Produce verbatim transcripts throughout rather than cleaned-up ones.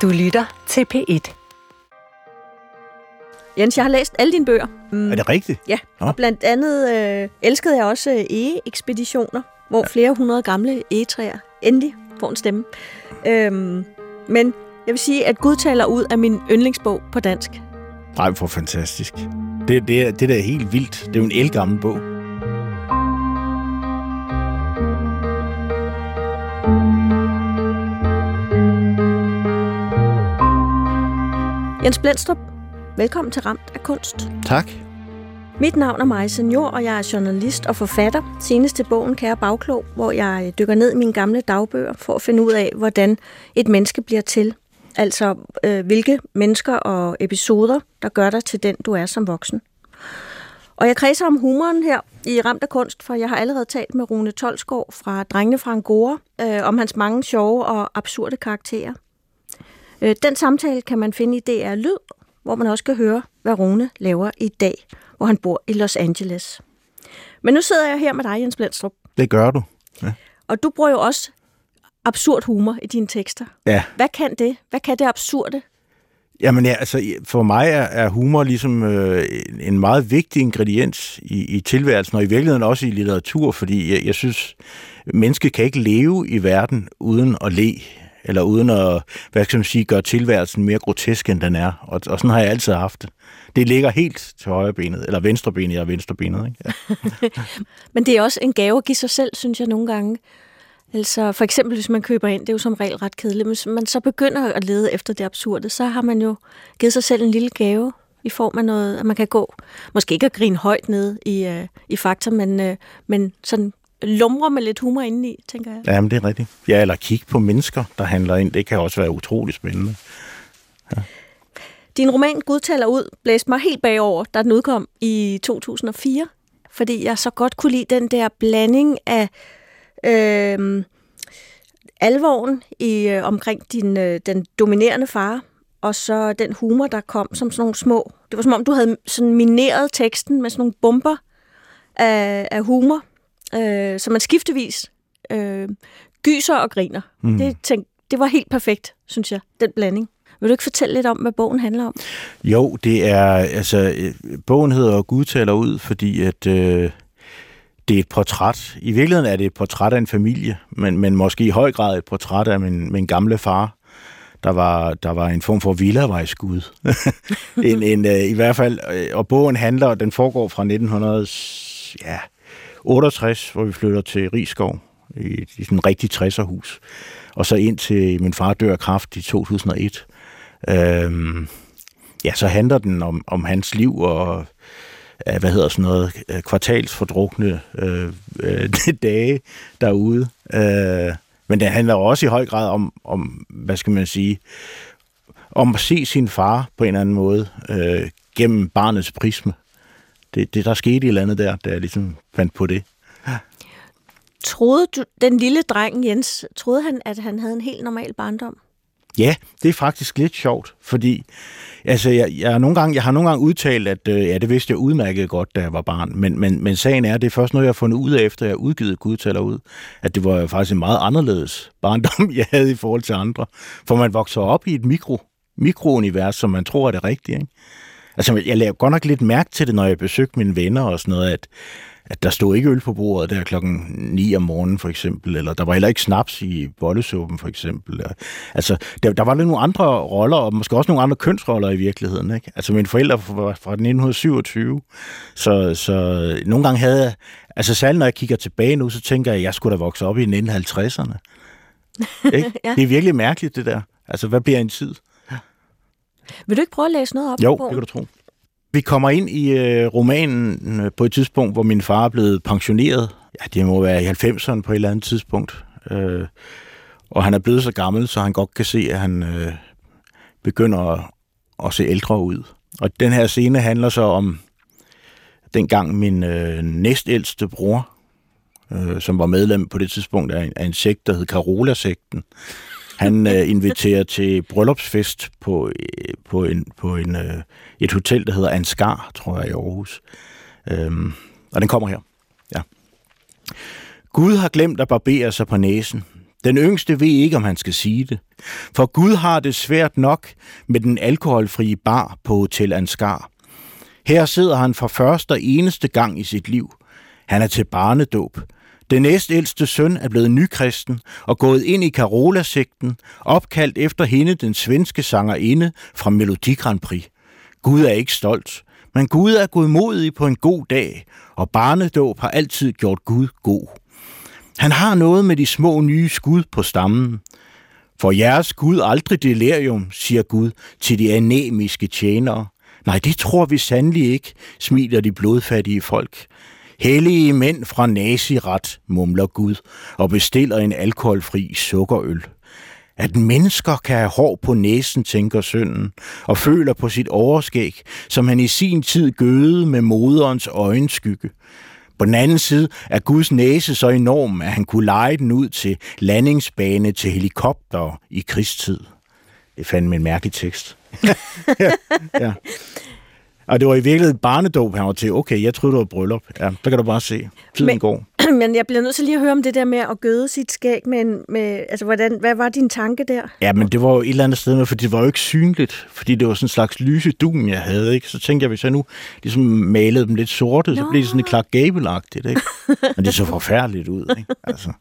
Du lytter til P et. Jens, jeg har læst alle dine bøger. Mm. Er det rigtigt? Ja, Nå. Og blandt andet øh, elskede jeg også egeekspeditioner, hvor ja. flere hundrede gamle egetræer endelig får en stemme. Øhm, men jeg vil sige, at Gud taler ud af min yndlingsbog på dansk. Nej, hvor fantastisk. Det, det, det der er helt vildt. Det er jo en ældgammel bog. Jens Blendstrup, velkommen til Ramt af kunst. Tak. Mit navn er Maja Senior, og jeg er journalist og forfatter. Senest til bogen Kære Bagklog, hvor jeg dykker ned i mine gamle dagbøger for at finde ud af, hvordan et menneske bliver til. Altså, øh, hvilke mennesker og episoder, der gør dig til den, du er som voksen. Og jeg kredser om humoren her i Ramt af kunst, for jeg har allerede talt med Rune Tolsgaard fra Drengene fra Angora øh, om hans mange sjove og absurde karakterer. Øh, den samtale kan man finde i D R Lyd, hvor man også kan høre, hvad Rune laver i dag, hvor han bor i Los Angeles. Men nu sidder jeg her med dig, Jens Blendstrup. Det gør du. Ja. Og du bruger jo også absurd humor i dine tekster. Ja. Hvad kan det? Hvad kan det absurde? Jamen ja, altså for mig er, er humor ligesom øh, en meget vigtig ingrediens i, i tilværelsen, og i virkeligheden også i litteratur, fordi jeg, jeg synes, mennesket kan ikke leve i verden uden at le, eller uden at, hvad skal man sige, gøre tilværelsen mere grotesk, end den er. Og, og sådan har jeg altid haft det. Det ligger helt til højrebenet, eller venstrebenet, jeg er venstrebenet, ikke? Ja. Men det er også en gave at give sig selv, synes jeg nogle gange. Altså for eksempel, hvis man køber ind, det er jo som regel ret kedeligt, men hvis man så begynder at lede efter det absurde, så har man jo givet sig selv en lille gave i form af noget, at man kan gå, måske ikke at grine højt ned i, uh, i Fakta, men, uh, men sådan lumre med lidt humor indeni, tænker jeg. Jamen, det er rigtigt. Ja, eller kigge på mennesker, der handler ind, det kan også være utroligt spændende. Ja. Din roman Gud taler ud blæste mig helt bagover, da den udkom i to tusind og fire, fordi jeg så godt kunne lide den der blanding af øh, alvoren i, øh, omkring din, øh, den dominerende far, og så den humor, der kom som sådan nogle små. Det var som om, du havde sådan mineret teksten med sådan nogle bomber af, af humor, øh, så man skiftevis øh, gyser og griner. Mm. Det, tænk, det var helt perfekt, synes jeg, den blanding. Vil du ikke fortælle lidt om, hvad bogen handler om? Jo, det er, altså, bogen hedder Gud taler ud, fordi at øh, det er et portræt. I virkeligheden er det et portræt af en familie, men, men måske i høj grad et portræt af min, min gamle far. Der var, der var en form for villavejsgud. en, en, øh, I hvert fald, og bogen handler, den foregår fra nitten otteogtres, hvor vi flytter til Risskov, i, i sådan en rigtig tresserhus. Og så ind til min far dør af kræft i to tusind og et. Øhm, ja, så handler den om, om hans liv og øh, hvad hedder sådan noget, kvartalsfordrukne øh, øh, dage derude. Øh, men det handler også i høj grad om, om, hvad skal man sige, om at se sin far på en eller anden måde øh, gennem barnets prisme. Det, det der skete i et eller andet der, da jeg ligesom fandt på det. Troede du, den lille dreng Jens, troede han, at han havde en helt normal barndom? Ja, det er faktisk lidt sjovt, fordi altså, jeg, jeg, nogle gange, jeg har nogle gange udtalt, at øh, ja, det vidste jeg udmærket godt, da jeg var barn, men, men, men sagen er, det er først noget, jeg har fundet ud af, efter jeg har udgivet Gud taler ud, at det var faktisk en meget anderledes barndom, jeg havde i forhold til andre. For man vokser op i et mikro, mikrounivers, som man tror er det rigtige, ikke? Altså, jeg lavede godt nok lidt mærke til det, når jeg besøgte mine venner og sådan noget, at at der stod ikke øl på bordet der klokken ni om morgenen, for eksempel, eller der var heller ikke snaps i bollesuppen, for eksempel. Altså, der, der var lidt nogle andre roller, og måske også nogle andre kønsroller i virkeligheden, ikke? Altså, mine forældre var fra nitten syvogtyve, så, så nogle gange havde jeg, altså særligt når jeg kigger tilbage nu, så tænker jeg, at jeg skulle da vokse op i nitten halvtredserne. Ikke? Ja. Det er virkelig mærkeligt, det der. Altså, hvad bliver en tid? Ja. Vil du ikke prøve at læse noget op? Jo, det kan du tro. Vi kommer ind i øh, romanen øh, på et tidspunkt, hvor min far er blevet pensioneret. Ja, det må være i halvfemserne på et eller andet tidspunkt. Øh, og han er blevet så gammel, så han godt kan se, at han øh, begynder at, at se ældre ud. Og den her scene handler så om dengang min øh, næstældste bror, øh, som var medlem på det tidspunkt af en, af en sekt, der hed Carola-sekten. Han øh, inviterer til bryllupsfest på, øh, på, en, på en, øh, et hotel, der hedder Ansgar, tror jeg, i Aarhus. Øhm, og den kommer her. Ja. Gud har glemt at barbere sig på næsen. Den yngste ved ikke, om han skal sige det. For Gud har det svært nok med den alkoholfrie bar på Hotel Ansgar. Her sidder han for første og eneste gang i sit liv. Han er til barnedåb. Den næstældste søn er blevet nykristen og gået ind i Carola-sekten, opkaldt efter hende, den svenske sangerinde fra Melodi Grand Prix. Gud er ikke stolt, men Gud er godmodig på en god dag, og barnedåb har altid gjort Gud god. Han har noget med de små nye skud på stammen. For jeres Gud aldrig delirium, siger Gud til de anemiske tjenere. Nej, det tror vi sandelig ikke, smiler de blodfattige folk. Hellige mænd fra naziret, mumler Gud, og bestiller en alkoholfri sukkerøl. At mennesker kan have hår på næsen, tænker sønnen, og føler på sit overskæg, som han i sin tid gøde med moderens øjenskygge. På den anden side er Guds næse så enorm, at han kunne leje den ud til landingsbane til helikopter i krigstid. Det fandt mig en mærkelig tekst. ja, ja. Og det var i virkeligheden barnedåb, han var til. Okay, jeg troede, det var bryllup. Ja, der kan du bare se. Tiden men, går. Men jeg bliver nødt til lige at høre om det der med at gøde sit skæg. Med, med, altså, hvordan, hvad var din tanke der? Ja, men det var jo et eller andet sted med, for det var jo ikke synligt. Fordi det var sådan en slags lyse dun, jeg havde. Ikke? Så tænkte jeg, hvis jeg nu ligesom malede dem lidt sorte, Nå. så blev det sådan et Clark Gable-agtigt. Ikke? Men det så forfærdeligt ud. Ikke? Altså.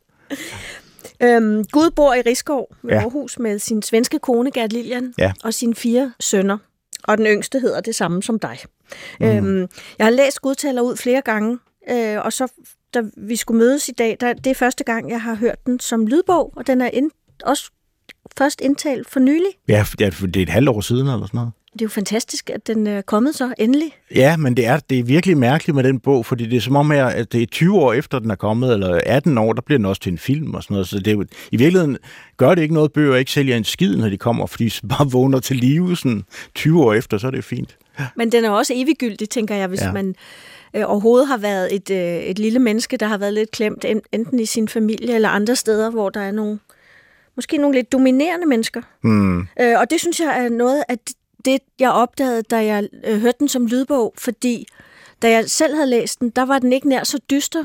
Øhm, Gud bor i Risskov ved ja. Aarhus med sin svenske kone Gert Lilian ja. og sine fire sønner. Og den yngste hedder det samme som dig. Mm. Øhm, jeg har læst Gud taler ud flere gange, øh, og så da vi skulle mødes i dag, der, det er første gang, jeg har hørt den som lydbog, og den er ind, også først indtalt for nylig. Ja, det er et halvt år siden eller sådan noget. Det er jo fantastisk, at den er kommet så endelig. Ja, men det er, det er virkelig mærkeligt med den bog, fordi det er som om, at det er tyve år efter, den er kommet, eller atten år, der bliver den også til en film og sådan noget. Så det er jo, i virkeligheden gør det ikke noget, bøger ikke sælger en skid, når de kommer, fordi de bare vågner til live sådan tyve år efter, så er det fint. Men den er også eviggyldig, tænker jeg, hvis ja. man øh, overhovedet har været et, øh, et lille menneske, der har været lidt klemt, enten i sin familie eller andre steder, hvor der er nogle, måske nogle lidt dominerende mennesker. Mm. Øh, og det synes jeg er noget af det, jeg opdagede, da jeg øh, hørte den som lydbog, fordi da jeg selv havde læst den, der var den ikke nær så dyster.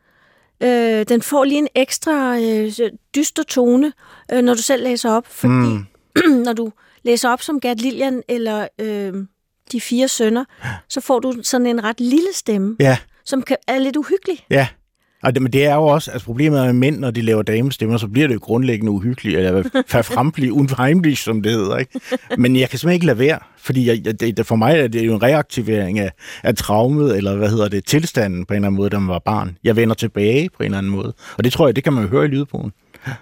Øh, den får lige en ekstra øh, dyster tone, øh, når du selv læser op, fordi mm. når du læser op som Gert Lilian eller øh, de fire sønner, så får du sådan en ret lille stemme, ja. som kan, er lidt uhyggelig. Ja. Og det, men det er jo også, altså problemet er med mænd, når de laver damestemmer, så bliver det jo grundlæggende uhyggeligt, eller forfremmeligt, unheimlich, som det hedder, ikke? Men jeg kan simpelthen ikke lade være, fordi jeg, det, for mig er det jo en reaktivering af, af traumet, eller hvad hedder det, tilstanden på en eller anden måde, da man var barn. Jeg vender tilbage på en eller anden måde, og det tror jeg, det kan man jo høre i lydbogen.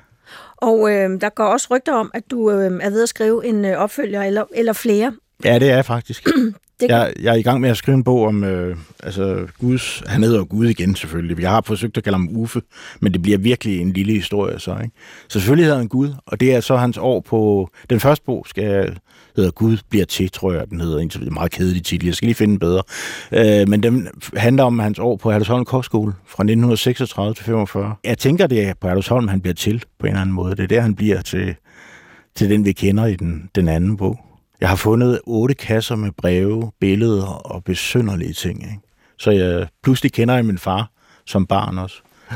Og øh, der går også rygter om, at du øh, er ved at skrive en øh, opfølger, eller, eller flere. Ja, det er jeg faktisk. Jeg, jeg er i gang med at skrive en bog om, øh, altså Guds, han hedder Gud igen selvfølgelig. Jeg har forsøgt at kalde ham Uffe, men det bliver virkelig en lille historie så, ikke? Så selvfølgelig hedder han Gud, og det er så hans år på, den første bog skal hedder Gud bliver til, tror jeg, den hedder. Det er en meget kedelig titel, jeg skal lige finde en bedre. Øh, men den handler om hans år på Herlufsholm Kostskole fra nitten seksogtredive til femogfyrre. Jeg tænker, det er på Herlufsholm, han bliver til på en eller anden måde. Det er der, han bliver til, til den, vi kender i den, den anden bog. Jeg har fundet otte kasser med breve, billeder og besynderlige ting. Ikke? Så jeg pludselig kender jeg min far som barn også.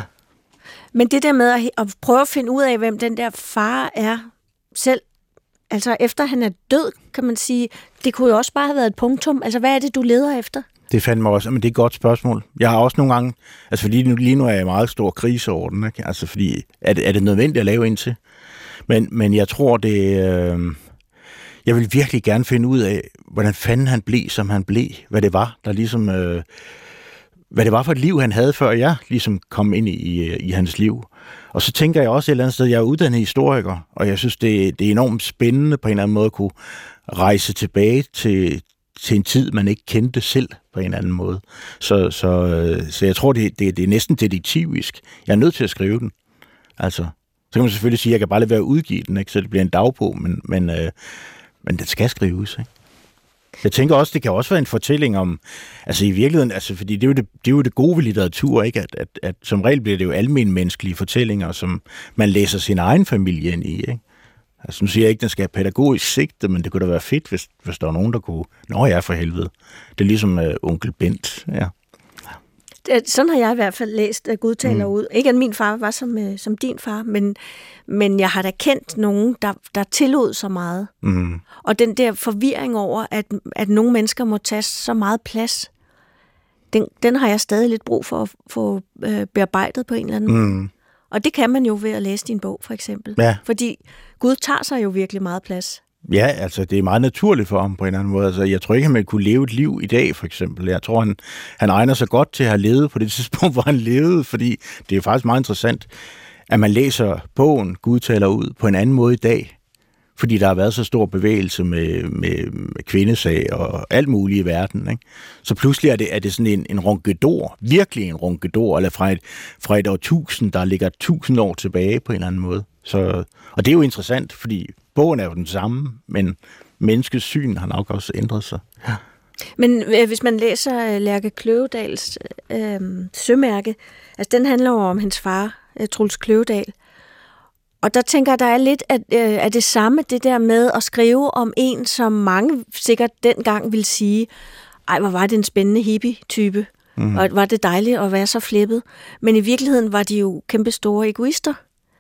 Men det der med at, at prøve at finde ud af, hvem den der far er selv, altså efter han er død, kan man sige, det kunne jo også bare have været et punktum. Altså hvad er det, du leder efter? Det fandt mig også, men det er et godt spørgsmål. Jeg har også nogle gange, altså fordi nu, lige nu er jeg i meget stor kriseorden, ikke? Altså fordi, er det, er det nødvendigt at lave indtil? Men, men jeg tror, det... Øh, Jeg vil virkelig gerne finde ud af, hvordan fanden han blev, som han blev. Hvad det var, der ligesom... Øh, hvad det var for et liv, han havde, før jeg ligesom kom ind i, i hans liv. Og så tænker jeg også et eller andet sted, jeg er uddannet historiker, og jeg synes, det, det er enormt spændende på en eller anden måde at kunne rejse tilbage til, til en tid, man ikke kendte selv på en eller anden måde. Så, så, så jeg tror, det, det, det er næsten detektivisk. Jeg er nødt til at skrive den. Altså, så kan man selvfølgelig sige, at jeg kan bare lade være at udgive den, ikke? Så det bliver en dagbog, men... men øh, Men det skal skrives, ikke? Jeg tænker også, det kan også være en fortælling om, altså i virkeligheden, altså fordi det er jo det, det, er jo det gode ved litteratur, ikke? At, at, at som regel bliver det jo almenmenneskelige fortællinger, som man læser sin egen familie ind i, ikke? Altså nu siger jeg ikke, at den skal have pædagogisk sigte, men det kunne da være fedt, hvis, hvis der var nogen, der kunne, nå ja, for helvede. Det er ligesom uh, onkel Bent, ja. Sådan har jeg i hvert fald læst uh, Gud taler mm. ud. Ikke at min far var som, uh, som din far, men, men jeg har da kendt nogen, der, der tillod så meget. Mm. Og den der forvirring over, at, at nogle mennesker må tage så meget plads, den, den har jeg stadig lidt brug for at få uh, bearbejdet på en eller anden måde. Mm. Og det kan man jo ved at læse din bog, for eksempel. Ja. Fordi Gud tager sig jo virkelig meget plads. Ja, altså det er meget naturligt for ham på en eller anden måde. Altså, jeg tror ikke, at man kunne leve et liv i dag, for eksempel. Jeg tror, han, han egner sig godt til at have levet på det tidspunkt, hvor han levede, fordi det er faktisk meget interessant, at man læser bogen Gud taler ud på en anden måde i dag, fordi der har været så stor bevægelse med, med, med kvindesag og alt muligt i verden. Ikke? Så pludselig er det, er det sådan en, en ronkedor, virkelig en ronkedor, eller fra et, fra et årtusind, der ligger tusind år tilbage på en eller anden måde. Så, og det er jo interessant, fordi bogen er jo den samme, men menneskets syn har nok også ændret sig. Ja. Men øh, hvis man læser Lærke Kløvedals øh, Sømærke, altså den handler jo om hans far, øh, Truls Kløvedal, og der tænker jeg, der er lidt af, øh, af det samme, det der med at skrive om en, som mange sikkert dengang ville sige, ej, hvor var det en spændende hippie-type, mm. og var det dejligt at være så flippet. Men i virkeligheden var de jo kæmpe store egoister.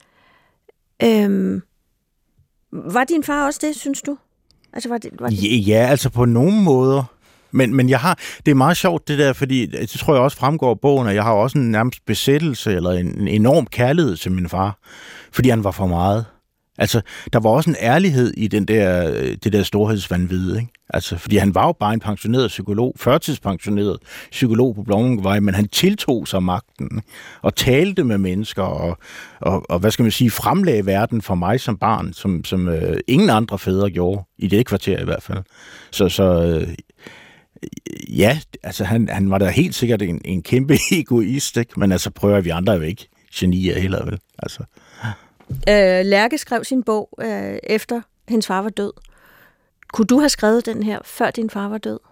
Øhm, var din far også det, synes du? Altså, var det, var det? Ja, ja, altså på nogle måder. Men, men jeg har, det er meget sjovt det der, fordi det tror jeg også fremgår af bogen, at jeg har også en nærmest besættelse, eller en, en enorm kærlighed til min far, fordi han var for meget. Altså, der var også en ærlighed i den der, det der storhedsvanvid, ikke? Altså, fordi han var jo bare en pensioneret psykolog, førtidspensioneret psykolog på Blommenkvej, men han tiltog sig magten og talte med mennesker og, og, og hvad skal man sige, fremlagde verden for mig som barn, som, som øh, ingen andre fædre gjorde, i det kvarter i hvert fald. Så, så øh, ja, altså han, han var da helt sikkert en, en kæmpe egoist, ikke? Men altså prøver vi andre jo ikke genier heller, vel? Altså. Øh, Lærke skrev sin bog øh, efter hendes far var død. Kunne du have skrevet den her, før din far var død?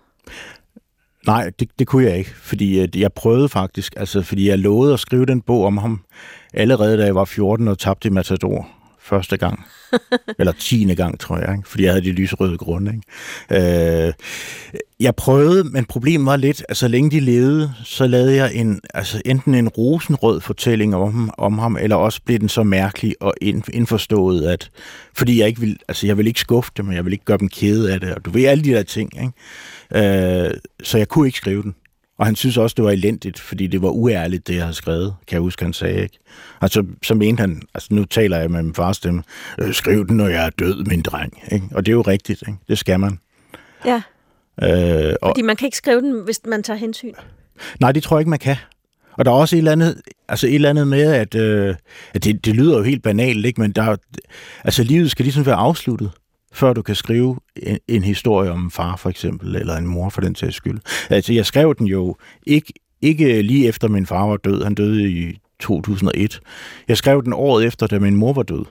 Nej, det, det kunne jeg ikke, fordi øh, jeg prøvede faktisk, altså fordi jeg lovede at skrive den bog om ham allerede da jeg var fjorten og tabte i Matador første gang. Eller tiende gang, tror jeg, ikke? Fordi jeg havde de lyserøde grunde. Ikke? Øh, jeg prøvede, men problemet var lidt, at så længe de levede, så lavede jeg en, altså enten en rosenrød fortælling om, om ham, eller også blev den så mærkelig og indforstået, at fordi jeg ikke vil, altså jeg vil ikke skuffe dem, og jeg vil ikke gøre dem kede af det, og du ved alle de der ting, ikke? Øh, så jeg kunne ikke skrive den. Og han synes også, det var elendigt, fordi det var uærligt, det jeg havde skrevet, kan jeg huske, han sagde, ikke? Altså, så mente han, altså nu taler jeg med min fars stemme, øh, skriv den, når jeg er død, min dreng, ikke? Og det er jo rigtigt, ikke? Det skal man. Ja, øh, og, fordi man kan ikke skrive den, hvis man tager hensyn. Nej, det tror jeg ikke, man kan. Og der er også et eller andet, altså et eller andet med, at, øh, at det, det lyder jo helt banalt, ikke? Men der, altså livet skal ligesom være afsluttet, før du kan skrive en, en historie om en far, for eksempel, eller en mor, for den sags skyld. Altså, jeg skrev den jo ikke, ikke lige efter min far var død. Han døde i to tusind og et. Jeg skrev den året efter, da min mor var død.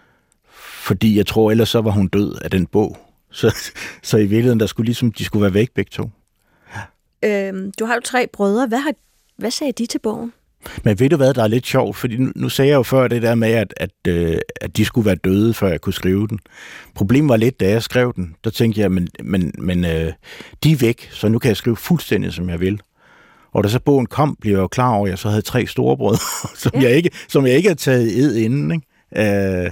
Fordi jeg tror, ellers så var hun død af den bog. Så, så i virkeligheden, der skulle ligesom, de skulle være væk begge to. Øhm, du har jo tre brødre. Hvad, har, hvad sagde de til bogen? Men ved du hvad, der er lidt sjovt, fordi nu, nu sagde jeg jo før det der med, at, at, øh, at de skulle være døde, før jeg kunne skrive den. Problemet var lidt, da jeg skrev den, der tænkte jeg, men, men, men øh, de er væk, så nu kan jeg skrive fuldstændig, som jeg vil. Og da så bogen kom, blev jeg jo klar over, at jeg så havde tre storebrødre, som, ja. jeg ikke, som jeg ikke havde taget ed inden. Ikke? Øh,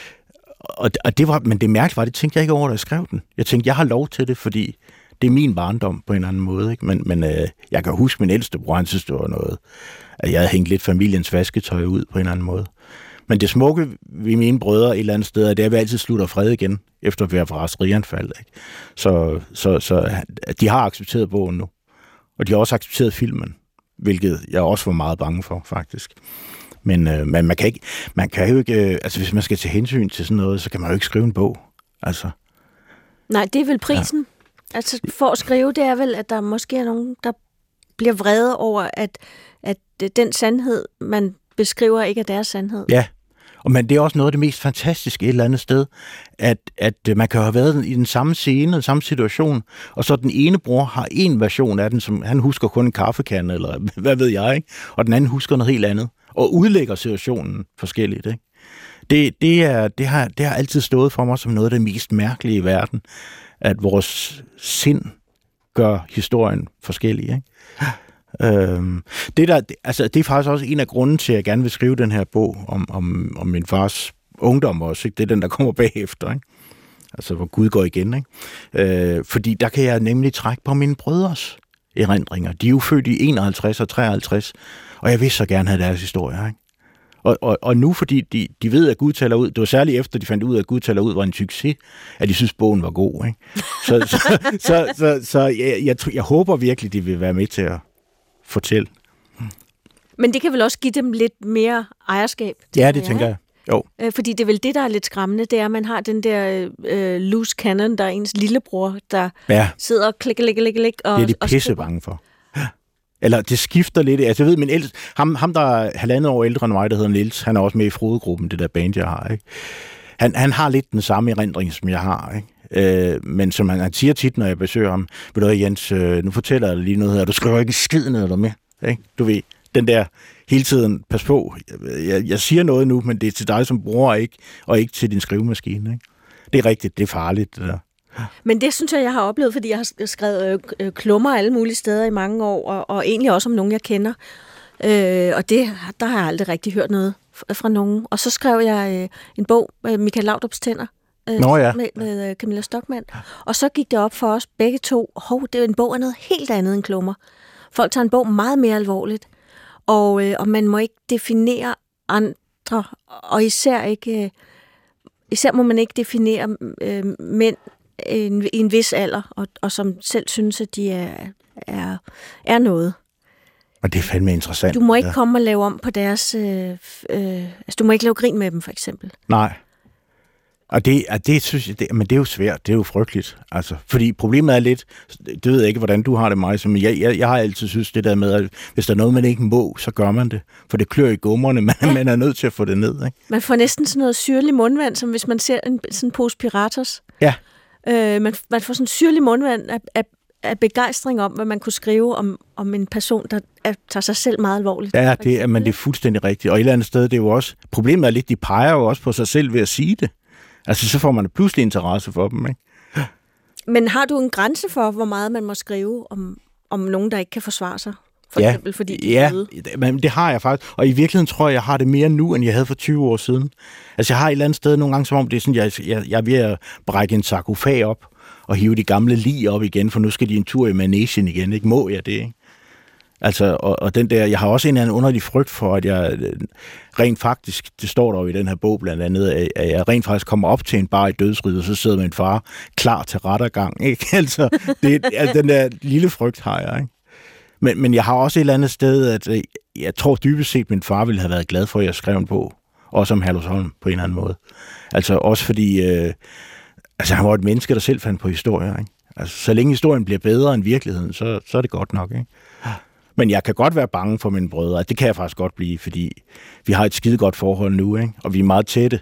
og, og det var, men det mærkelige var, det tænkte jeg ikke over, da jeg skrev den. Jeg tænkte, jeg har lov til det, fordi det er min barndom på en eller anden måde. Ikke? Men, men øh, jeg kan huske min ældste bror, han synes, det var noget, at jeg havde hængt lidt familiens vasketøj ud på en eller anden måde. Men det smukke ved mine brødre et eller andet sted, det er, at vi altid slutter fred igen, efter vi har fra raserianfald. Ikke? Så, så, så de har accepteret bogen nu. Og de har også accepteret filmen, hvilket jeg også var meget bange for, faktisk. Men øh, man, man, kan ikke, man kan jo ikke, øh, altså hvis man skal tage hensyn til sådan noget, så kan man jo ikke skrive en bog. Altså. Nej, det er vel prisen. Ja. Altså for at skrive, det er vel, at der måske er nogen, der bliver vrede over, at, at den sandhed, man beskriver, ikke er deres sandhed. Ja, og men det er også noget af det mest fantastiske et eller andet sted, at, at man kan have været i den samme scene, den samme situation, og så den ene bror har en version af den, som han husker kun en kaffekande, eller hvad ved jeg, ikke? Og den anden husker noget helt andet, og udlægger situationen forskelligt, ikke? Det, det, er, det, har, det har altid stået for mig som noget af det mest mærkelige i verden, at vores sind gør historien forskellig, ikke? Øhm, det, der, altså, det er faktisk også en af grunden til, at jeg gerne vil skrive den her bog om, om, om min fars ungdom også. Ikke? Det er den, der kommer bagefter, ikke? Altså, hvor Gud går igen. Ikke? Øh, fordi der kan jeg nemlig trække på mine brødres erindringer. De er jo født i enoghalvtreds og treoghalvtreds, og jeg vil så gerne have deres historier. Ikke? Og, og, og nu, fordi de, de ved, at Gud taler ud, det var særligt efter, de fandt ud af, at Gud taler ud var en succes, at de synes, bogen var god. Ikke? Så, så, så, så, så, så jeg, jeg, jeg håber virkelig, de vil være med til at fortælle. Men det kan vel også give dem lidt mere ejerskab? Ja, det tænker jeg. Jo. Fordi det er vel det, der er lidt skræmmende, det er, at man har den der øh, loose cannon, der er ens lillebror, der ja. sidder og klikker, klikker, klikker, klikker. Og, det er de pisse bange for. Eller det skifter lidt. Altså, jeg ved, min ældste, ham, ham, der er halvandet år ældre end mig, der hedder Niels, han er også med i Frodegruppen, det der band, jeg har. Ikke? Han, han har lidt den samme erindring, som jeg har. Ikke? Øh, men som han, han siger tit, når jeg besøger ham, ved du hvad, Jens, øh, nu fortæller jeg dig lige noget her, du skriver ikke skid ned eller med. Ikke? Du ved, den der hele tiden, pas på, jeg, jeg siger noget nu, men det er til dig som bror, ikke, og ikke til din skrivemaskine. Ikke? Det er rigtigt, det er farligt, det der. Men det synes jeg, jeg har oplevet, fordi jeg har skrevet øh, klummer alle mulige steder i mange år, og, og egentlig også om nogen, jeg kender. Øh, og det, der har jeg aldrig rigtig hørt noget fra nogen. Og så skrev jeg øh, en bog, Michael Laudrups Tænder, øh, Nå, ja. med, med øh, Camilla Stockmann. Og så gik det op for os begge to, hov, det er en bog af noget helt andet end klummer. Folk tager en bog meget mere alvorligt, og, øh, og man må ikke definere andre, og især ikke, øh, især må man ikke definere øh, mænd i en, en vis alder, og, og som selv synes, at de er, er, er noget. Og det er fandme interessant. Du må ikke ja. komme og lave om på deres... Øh, øh, altså, du må ikke lave grin med dem, for eksempel. Nej. Og det, og det synes jeg, det, men det er jo svært, det er jo frygteligt. Altså, fordi problemet er lidt, det ved jeg ikke, hvordan du har det, mig, men jeg, jeg, jeg har altid synes det der med, at hvis der er noget, man ikke må, så gør man det. For det klør i gummerne, man, ja. man er nødt til at få det ned. Ikke? Man får næsten sådan noget syrlig mundvand, som hvis man ser en sådan en pose Piratos. Ja. Øh, man, man får sådan en syrlig mundvand af, af, af begejstring om, hvad man kunne skrive om, om en person, der er, tager sig selv meget alvorligt. Ja, det er, men det er fuldstændig rigtigt. Og et eller andet sted, det er jo også, problemet er lidt, de peger jo også på sig selv ved at sige det. Altså, så får man pludselig interesse for dem, ikke? Men har du en grænse for, hvor meget man må skrive om, om nogen, der ikke kan forsvare sig? For ja, eksempel, fordi de ja, døde? Men det har jeg faktisk. Og i virkeligheden tror jeg, jeg har det mere nu, end jeg havde for tyve år siden. Altså, jeg har et eller andet sted nogle gange, som om det er sådan, jeg, jeg, jeg er ved at brække en sarkofag op og hive de gamle lig op igen, for nu skal de en tur i Manesien igen, ikke? Må jeg det, ikke? Altså, og, og den der, jeg har også en eller anden underlig frygt for, at jeg rent faktisk, det står der jo i den her bog blandt andet, at jeg rent faktisk kommer op til en bar i dødsriget, og så sidder min far klar til rettergang, ikke? Altså, det, altså, den der lille frygt har jeg, ikke? Men, men jeg har også et eller andet sted, at jeg tror dybest set, at min far ville have været glad for, at jeg skrev en bog, også om Herlufsholm på en eller anden måde. Altså også fordi, øh, altså han var et menneske, der selv fandt på historier, ikke? Altså, så længe historien bliver bedre end virkeligheden, så, så er det godt nok, ikke? Men jeg kan godt være bange for mine brødre. Det kan jeg faktisk godt blive, fordi vi har et skide godt forhold nu, ikke? Og vi er meget tætte.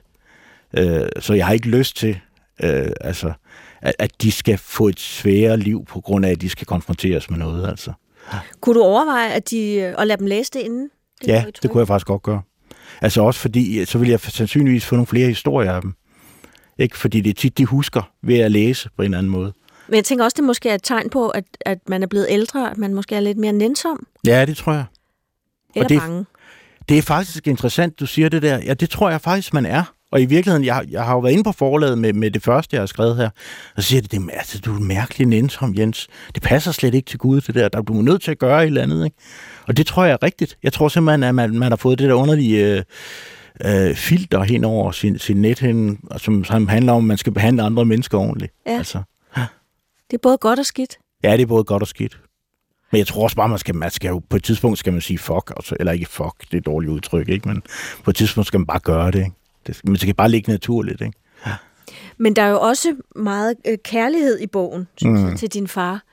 Øh, så jeg har ikke lyst til, øh, altså, at, at de skal få et sværere liv, på grund af, at de skal konfronteres med noget. Altså. Kunne du overveje at, de, at lade dem læse det inden? Det ja, det kunne jeg faktisk godt gøre. Altså også fordi, så vil jeg sandsynligvis få nogle flere historier af dem. Ikke? Fordi det er tit, de husker ved at læse på en eller anden måde. Men jeg tænker også, det måske er et tegn på, at, at man er blevet ældre, at man måske er lidt mere nænsom. Ja, det tror jeg. Eller og det, bange. Det er faktisk interessant, du siger det der. Ja, det tror jeg faktisk, man er. Og i virkeligheden, jeg, jeg har jo været inde på forlaget med, med det første, jeg har skrevet her, og så siger det, det er, altså, du er mærkelig nænsom, Jens. Det passer slet ikke til Gud, det der. Der er du nødt til at gøre et eller andet, ikke? Og det tror jeg er rigtigt. Jeg tror simpelthen, at man, man har fået det der underlige øh, øh, filter hen over sin, sin nethænde, som, som handler om, at man skal behandle andre mennesker ordentligt. Ja. Altså. Det er både godt og skidt. Ja, det er både godt og skidt. Men jeg tror også bare, man skal, man skal jo, på et tidspunkt skal man sige fuck, altså, eller ikke fuck, det er et dårligt udtryk, ikke? Men på et tidspunkt skal man bare gøre det, ikke? Det, men det skal bare ligge naturligt, ikke? Ja. Men der er jo også meget øh, kærlighed i bogen, synes mm. jeg, til din far.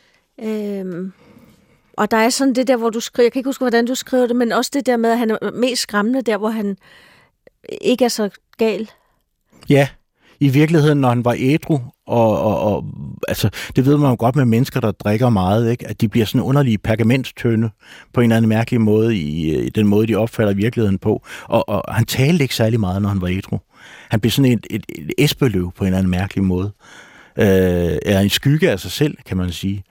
Øhm, og der er sådan det der, hvor du skriver, jeg kan ikke huske, hvordan du skriver det, men også det der med, at han er mest skræmmende, der hvor han ikke er så gal. Ja, i virkeligheden, når han var ædru, og, og, og altså, det ved man jo godt med mennesker, der drikker meget, ikke? At de bliver sådan underlige pergamentstønde på en eller anden mærkelig måde, i, i den måde, de opfatter virkeligheden på. Og, og han talte ikke særlig meget, når han var ædru. Han blev sådan et, et, et esbeløv på en eller anden mærkelig måde. Øh, eller en skygge af sig selv, kan man sige.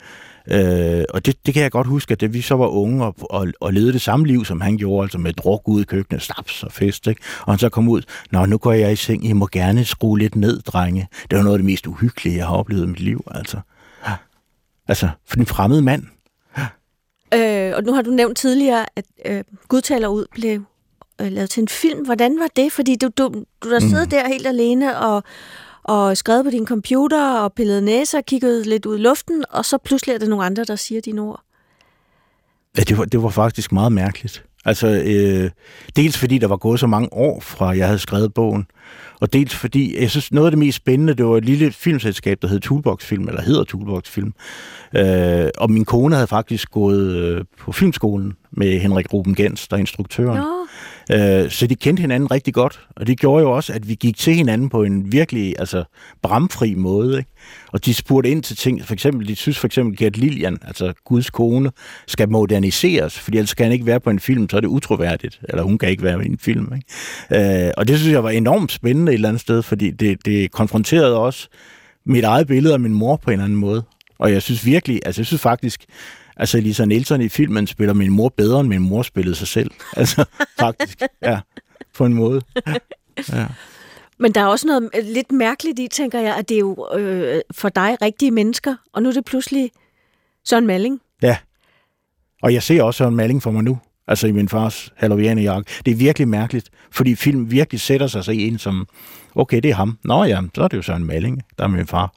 Øh, og det, det kan jeg godt huske, at da vi så var unge og, og, og levede det samme liv, som han gjorde, altså med druk ude i køkkenet, snaps og fest, ikke? Og han så kom ud, nå, nu går jeg i seng, I må gerne skrue lidt ned, drenge. Det var noget af det mest uhyggelige, jeg har oplevet i mit liv, altså. Altså, for den fremmede mand. Øh, og nu har du nævnt tidligere, at øh, Gud taler ud blev øh, lavet til en film. Hvordan var det? Fordi du, du, du der sidder mm. der helt alene og, og skrevet på din computer og pillede næser og kiggede lidt ud i luften, og så pludselig er der nogle andre, der siger dine ord. Ja, det var, det var faktisk meget mærkeligt. Altså, øh, dels fordi der var gået så mange år fra, jeg havde skrevet bogen, og dels fordi, jeg synes, noget af det mest spændende, det var et lille filmselskab, der hed Toolbox Film, eller hedder Toolbox Film. Øh, og min kone havde faktisk gået øh, på filmskolen med Henrik Ruben Gens, der er instruktøren. Øh, så de kendte hinanden rigtig godt, og det gjorde jo også, at vi gik til hinanden på en virkelig altså, bramfri måde. Ikke? Og de spurgte ind til ting, for eksempel, de synes for eksempel, Gert Lillian, altså Guds kone, skal moderniseres, fordi ellers skal han ikke være på en film, så er det utroværdigt, eller hun kan ikke være i en film. Ikke? Øh, og det synes jeg var enormt spændende et eller andet sted, fordi det, det konfronterede også mit eget billede af min mor på en eller anden måde. Og jeg synes virkelig, altså jeg synes faktisk, altså Lisa Nielsen i filmen spiller min mor bedre, end min mor spillede sig selv. Altså faktisk, ja, på en måde. Ja. Men der er også noget lidt mærkeligt i, tænker jeg, at det er jo øh, for dig rigtige mennesker, og nu er det pludselig Søren Malling. Ja, og jeg ser også Søren Malling for mig nu, altså i min fars Halloween-jakke. Det er virkelig mærkeligt, fordi film virkelig sætter sig så i en som, okay, det er ham. Nå ja, så er det jo Søren Malling, der er min far.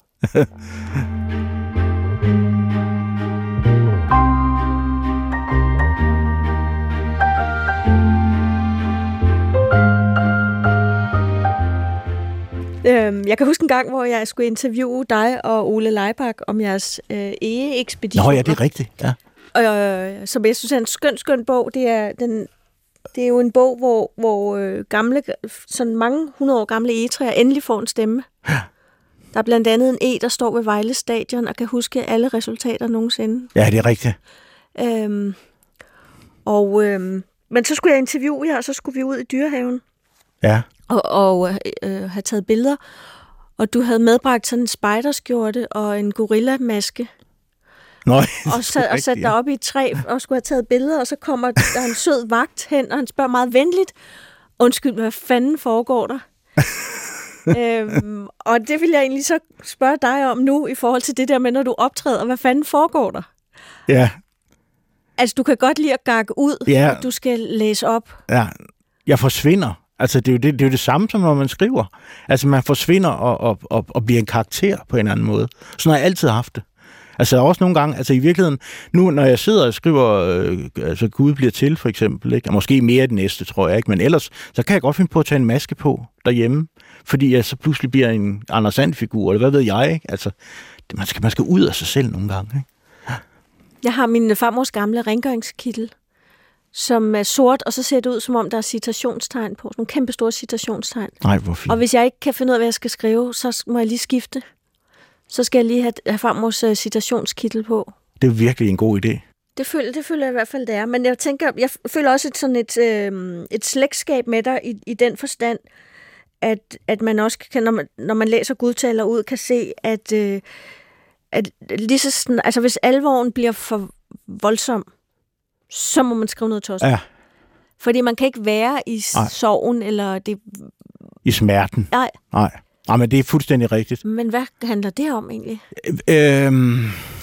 Jeg kan huske en gang, hvor jeg skulle interviewe dig og Ole Leibach om jeres øh, egeekspedition. Nå ja, det er rigtigt, ja. Og, øh, som jeg synes er en skøn, skøn bog. Det er, den, det er jo en bog, hvor, hvor øh, gamle, sådan mange hundrede år gamle egetræer endelig får en stemme. Ja. Der er blandt andet en e, der står ved Vejle Stadion og kan huske alle resultater nogensinde. Ja, det er rigtigt. Øhm, og, øhm, men så skulle jeg interviewe jer, og så skulle vi ud i Dyrehaven. Ja. Og, og øh, have taget billeder. Og du havde medbragt sådan en spejderskjorte og en gorillamaske. Nå, og så og sat dig op i et træ og skulle have taget billeder, og så kommer der en sød vagt hen, og han spørger meget venligt, undskyld, hvad fanden foregår der? øhm, og det vil jeg egentlig så spørge dig om nu, i forhold til det der med, når du optræder, hvad fanden foregår der? Ja. Altså, du kan godt lide at gakke ud, ja. Og du skal læse op. Ja, jeg forsvinder. Altså, det er, jo det, det er jo det samme, som når man skriver. Altså, man forsvinder og, og, og, og bliver en karakter på en anden måde. Sådan har jeg altid haft det. Altså, der er også nogle gange, altså i virkeligheden, nu når jeg sidder og skriver, øh, altså Gud bliver til, for eksempel, ikke? Og måske mere det næste, tror jeg ikke, men ellers, så kan jeg godt finde på at tage en maske på derhjemme, fordi jeg så pludselig bliver en Anders Sand-figur, eller hvad ved jeg, ikke? Altså, det, man, skal, man skal ud af sig selv nogle gange, ikke? Jeg har min farmors gamle rengøringskittel, som er sort, og så ser det ud, som om der er citationstegn på. Nogle kæmpe store citationstegn. Nej, hvor fint. Og hvis jeg ikke kan finde ud af, hvad jeg skal skrive, så må jeg lige skifte. Så skal jeg lige have, have farmors uh, citationskittel på. Det er virkelig en god idé. Det føler, det føler jeg i hvert fald, det er. Men jeg tænker, jeg føler også et, sådan et, øh, et slægtskab med dig i, i den forstand, at, at man også kan, når man, når man læser Gud taler ud, kan se, at, øh, at lige så sådan, altså hvis alvoren bliver for voldsom, så må man skrive noget tosset. Ja. Fordi man kan ikke være i Nej. sorgen, eller det... I smerten. Nej. Nej. Nej, men det er fuldstændig rigtigt. Men hvad handler det om egentlig? Øhm,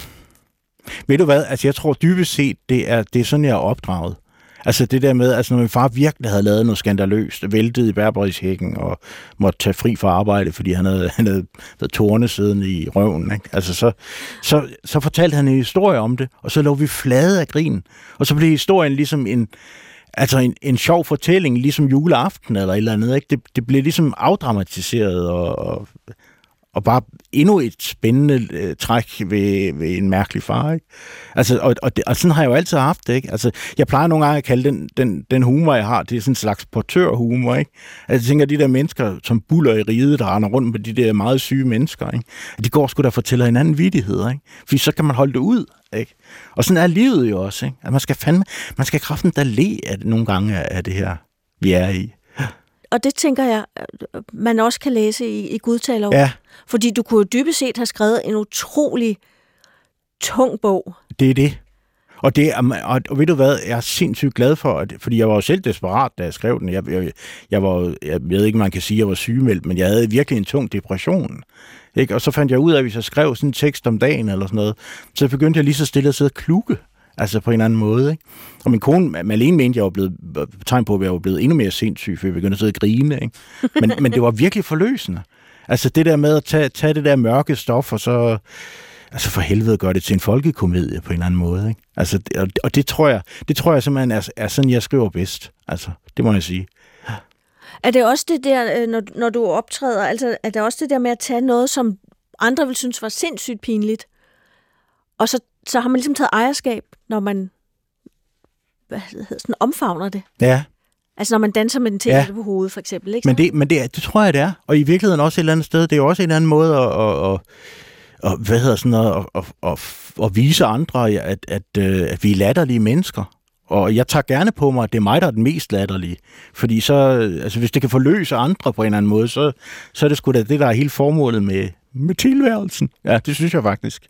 ved du hvad? Altså, jeg tror dybest set, det er, det er sådan, jeg er opdraget. Altså det der med, altså når min far virkelig havde lavet noget skandaløst, væltet i Berberis-hækken og måtte tage fri fra arbejde, fordi han havde, han havde været tårne siddende i røven, ikke? Altså så, så, så fortalte han en historie om det, og så lå vi flade af grin. Og så blev historien ligesom en, altså en, en sjov fortælling, ligesom juleaften eller et eller andet, ikke? Det, det blev ligesom afdramatiseret og, og, og bare endnu et spændende øh, træk ved, ved en mærkelig far, ikke? Altså, og, og, det, og sådan har jeg jo altid haft det, ikke? Altså, jeg plejer nogle gange at kalde den, den, den humor, jeg har, det er sådan en slags portørhumor, ikke? Altså, jeg tænker, de der mennesker, som buller i riget, der render rundt med de der meget syge mennesker, ikke? De går sgu da og fortæller hinanden vittigheder, ikke? Fordi så kan man holde det ud, ikke? Og sådan er livet jo også, ikke? At man skal fandme, man skal kraften da le af det, nogle gange af det her, vi er i. Og det tænker jeg, man også kan læse i, i Gud taler ud. Ja. Fordi du kunne jo dybest set have skrevet en utrolig tung bog. Det er det. Og, det er, og, og ved du hvad, jeg er sindssygt glad for, at, fordi jeg var jo selv desperat, da jeg skrev den. Jeg, jeg, jeg, var, jeg ved ikke, man kan sige, at jeg var sygemeldt, men jeg havde virkelig en tung depression. Ikke? Og så fandt jeg ud af, at hvis jeg skrev sådan en tekst om dagen eller sådan noget, så begyndte jeg lige så stille at sidde og klukke. Altså på en anden måde, ikke? Og min kone, Malene, mente, jeg var blevet tegn på, at jeg var blevet endnu mere sindssyg, for jeg begyndte at sidde og grine, ikke? Men, men det var virkelig forløsende. Altså det der med at tage, tage det der mørke stof, og så altså for helvede gøre det til en folkekomedie på en eller anden måde, ikke? Altså, og, og det tror jeg, det tror jeg simpelthen er, er sådan, jeg skriver bedst. Altså, det må jeg sige. Er det også det der, når, når du optræder, altså er det også det der med at tage noget, som andre vil synes var sindssygt pinligt, og så så har man ligesom taget ejerskab, når man hvad hedder, sådan omfavner det. Ja. Altså når man danser med den til ja. på hovedet, for eksempel. Ikke? Men, det, men det, det tror jeg, det er. Og i virkeligheden også et eller andet sted. Det er jo også en anden måde at, at, at, at, hvad hedder sådan noget, at, at, at vise andre, at, at, at vi er latterlige mennesker. Og jeg tager gerne på mig, at det er mig, der er den mest latterlige. Fordi så, altså hvis det kan forløse andre på en eller anden måde, så, så er det sgu da det, der er hele formålet med, med tilværelsen. Ja, det synes jeg faktisk.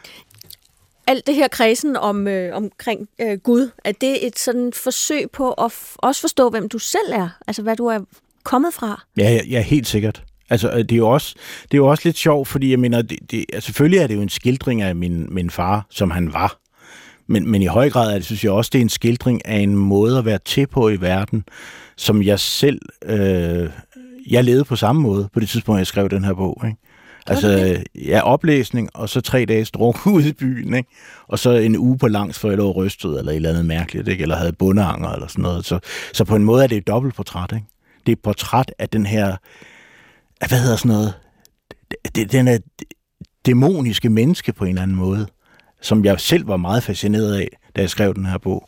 Alt det her kredsen om, øh, omkring øh, Gud, er det et sådan forsøg på at f- også forstå, hvem du selv er? Altså, hvad du er kommet fra? Ja, ja, ja, helt sikkert. Altså, det er jo også, det er jo også lidt sjovt, fordi jeg mener, det, det, altså, selvfølgelig er det jo en skildring af min, min far, som han var. Men, men i høj grad er det, synes jeg også, det er en skildring af en måde at være til på i verden, som jeg selv, øh, jeg levede på samme måde på det tidspunkt, jeg skrev den her bog, ikke? Altså, ja, oplæsning, og så tre dages druk ude i byen, ikke? Og så en uge på langs, for jeg lå rystet, eller et eller andet mærkeligt, ikke? Eller havde bundeanger, eller sådan noget. Så, så på en måde er det et dobbeltportræt, ikke? Det er et portræt af den her, hvad hedder sådan noget, det, den er dæmoniske menneske på en eller anden måde, som jeg selv var meget fascineret af, da jeg skrev den her bog.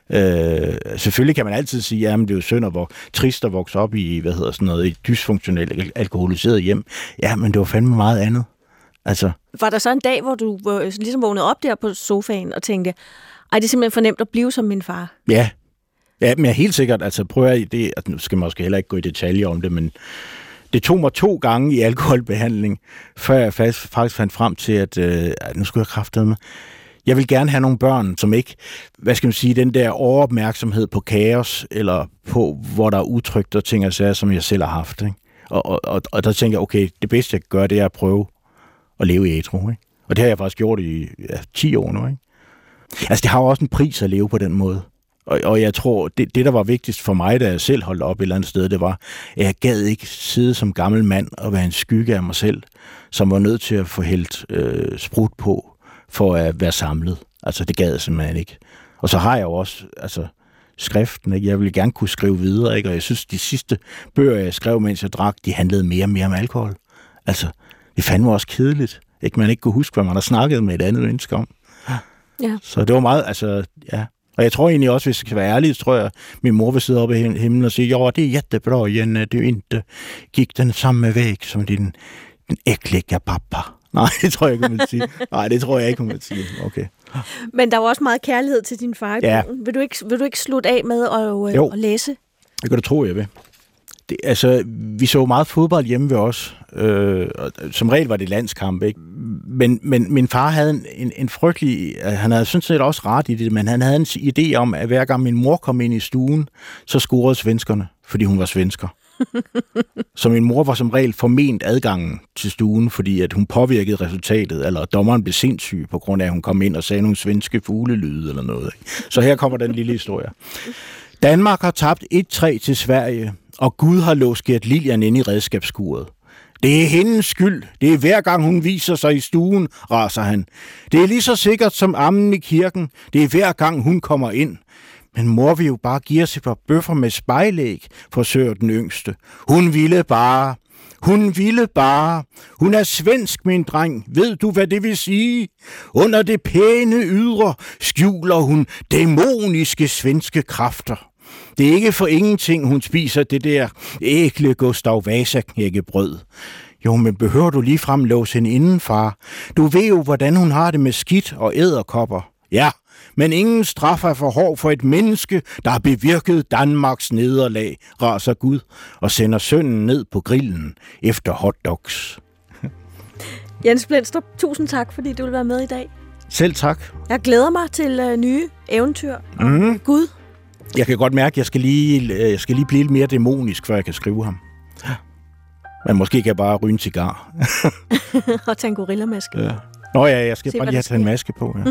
Øh, selvfølgelig kan man altid sige, at det er jo synd og trist at vokse op i, hvad hedder sådan noget, et dysfunktionelt, alkoholiseret hjem. Ja, men det var fandme meget andet. Altså. Var der så en dag, hvor du ligesom vågnede op der på sofaen og tænkte, ej, det er simpelthen for nemt at blive som min far? Ja, ja, men jeg er helt sikkert, altså prøver jeg det, altså, nu skal man måske heller ikke gå i detaljer om det, men det tog mig to gange i alkoholbehandling, før jeg faktisk, faktisk fandt frem til, at øh, nu skulle jeg kraftedeme. Jeg vil gerne have nogle børn, som ikke, hvad skal man sige, den der overopmærksomhed på kaos, eller på, hvor der er utrygt og ting og sager, som jeg selv har haft. Ikke? Og, og, og, og der tænker jeg, okay, det bedste jeg kan gøre, det er at prøve at leve i ædru. Ikke? Og det har jeg faktisk gjort i ja, ti år nu. Ikke? Altså, det har jo også en pris at leve på den måde. Og, og jeg tror, det, det, der var vigtigst for mig, da jeg selv holdt op et eller andet sted, det var, at jeg gad ikke sidde som gammel mand og være en skygge af mig selv, som var nødt til at få hældt øh, sprut på, for at være samlet. Altså, det gad jeg simpelthen ikke. Og så har jeg jo også altså, skriften, ikke? Jeg ville gerne kunne skrive videre, ikke? Og jeg synes, de sidste bøger, jeg skrev, mens jeg drak, de handlede mere og mere om alkohol. Altså, det fandme også kedeligt. Ikke? Man ikke kunne huske, hvad man har snakket med et andet menneske om. Ja. Så det var meget, altså, ja. Og jeg tror egentlig også, hvis jeg skal være ærlig, så tror jeg, at min mor vil sidde oppe i himlen og sige, jo, det er jättebra, Jenny, du ikke gik den samme væg som din, din æklige pappa. Nej, det tror jeg ikke, hun vil sige. Nej, det tror jeg ikke, hun vil sige. Okay. Men der var også meget kærlighed til din far i ja. bogen. Vil du ikke, vil du ikke slutte af med at, jo. at læse? Det kan du tro, jeg vil. Det, altså, vi så meget fodbold hjemme ved os. Øh, som regel var det landskamp, ikke? Men, men min far havde en, en, en frygtelig... Han havde sådan set også ret i det, men han havde en idé om, at hver gang min mor kom ind i stuen, så scorede svenskerne, fordi hun var svensker. Så min mor var som regel forment adgangen til stuen, fordi at hun påvirkede resultatet, eller dommeren blev sindssyg på grund af, at hun kom ind og sagde nogle svenske fuglelyde eller noget. Ikke? Så her kommer den lille historie. Danmark har tabt et tre til Sverige, og Gud har låst Gert Lilian ind i redskabsskuret. Det er hendes skyld. Det er hver gang hun viser sig i stuen, raser han. Det er lige så sikkert som ammen i kirken. Det er hver gang hun kommer ind. Men mor vil jo bare give os et par bøffer med spejlæg, forsøger den yngste. Hun ville bare. Hun ville bare. Hun er svensk, min dreng. Ved du, hvad det vil sige? Under det pæne ydre skjuler hun dæmoniske svenske kræfter. Det er ikke for ingenting, hun spiser det der ækle Gustav Vasa-knækkebrød. Jo, men behøver du ligefrem låse hende inden, far? Du ved jo, hvordan hun har det med skidt og edderkopper. Ja, men ingen straf er for hård for et menneske, der har bevirket Danmarks nederlag, raser Gud og sender sønnen ned på grillen efter hotdogs. Jens Blendstrup, tusind tak, fordi du vil være med i dag. Selv tak. Jeg glæder mig til øh, nye eventyr om mm. Gud. Jeg kan godt mærke, at jeg skal lige, jeg skal lige blive lidt mere dæmonisk, før jeg kan skrive ham. Men måske kan jeg bare ryge en cigar. Og tage en gorillamaske. Ja. Nå ja, jeg skal Se, bare lige have taget en maske på. Ja.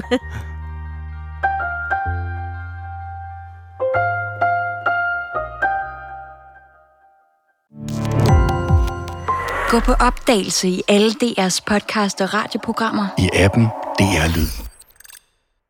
Gå på opdagelse i alle D R's podcast og radioprogrammer. I appen D R Lyd.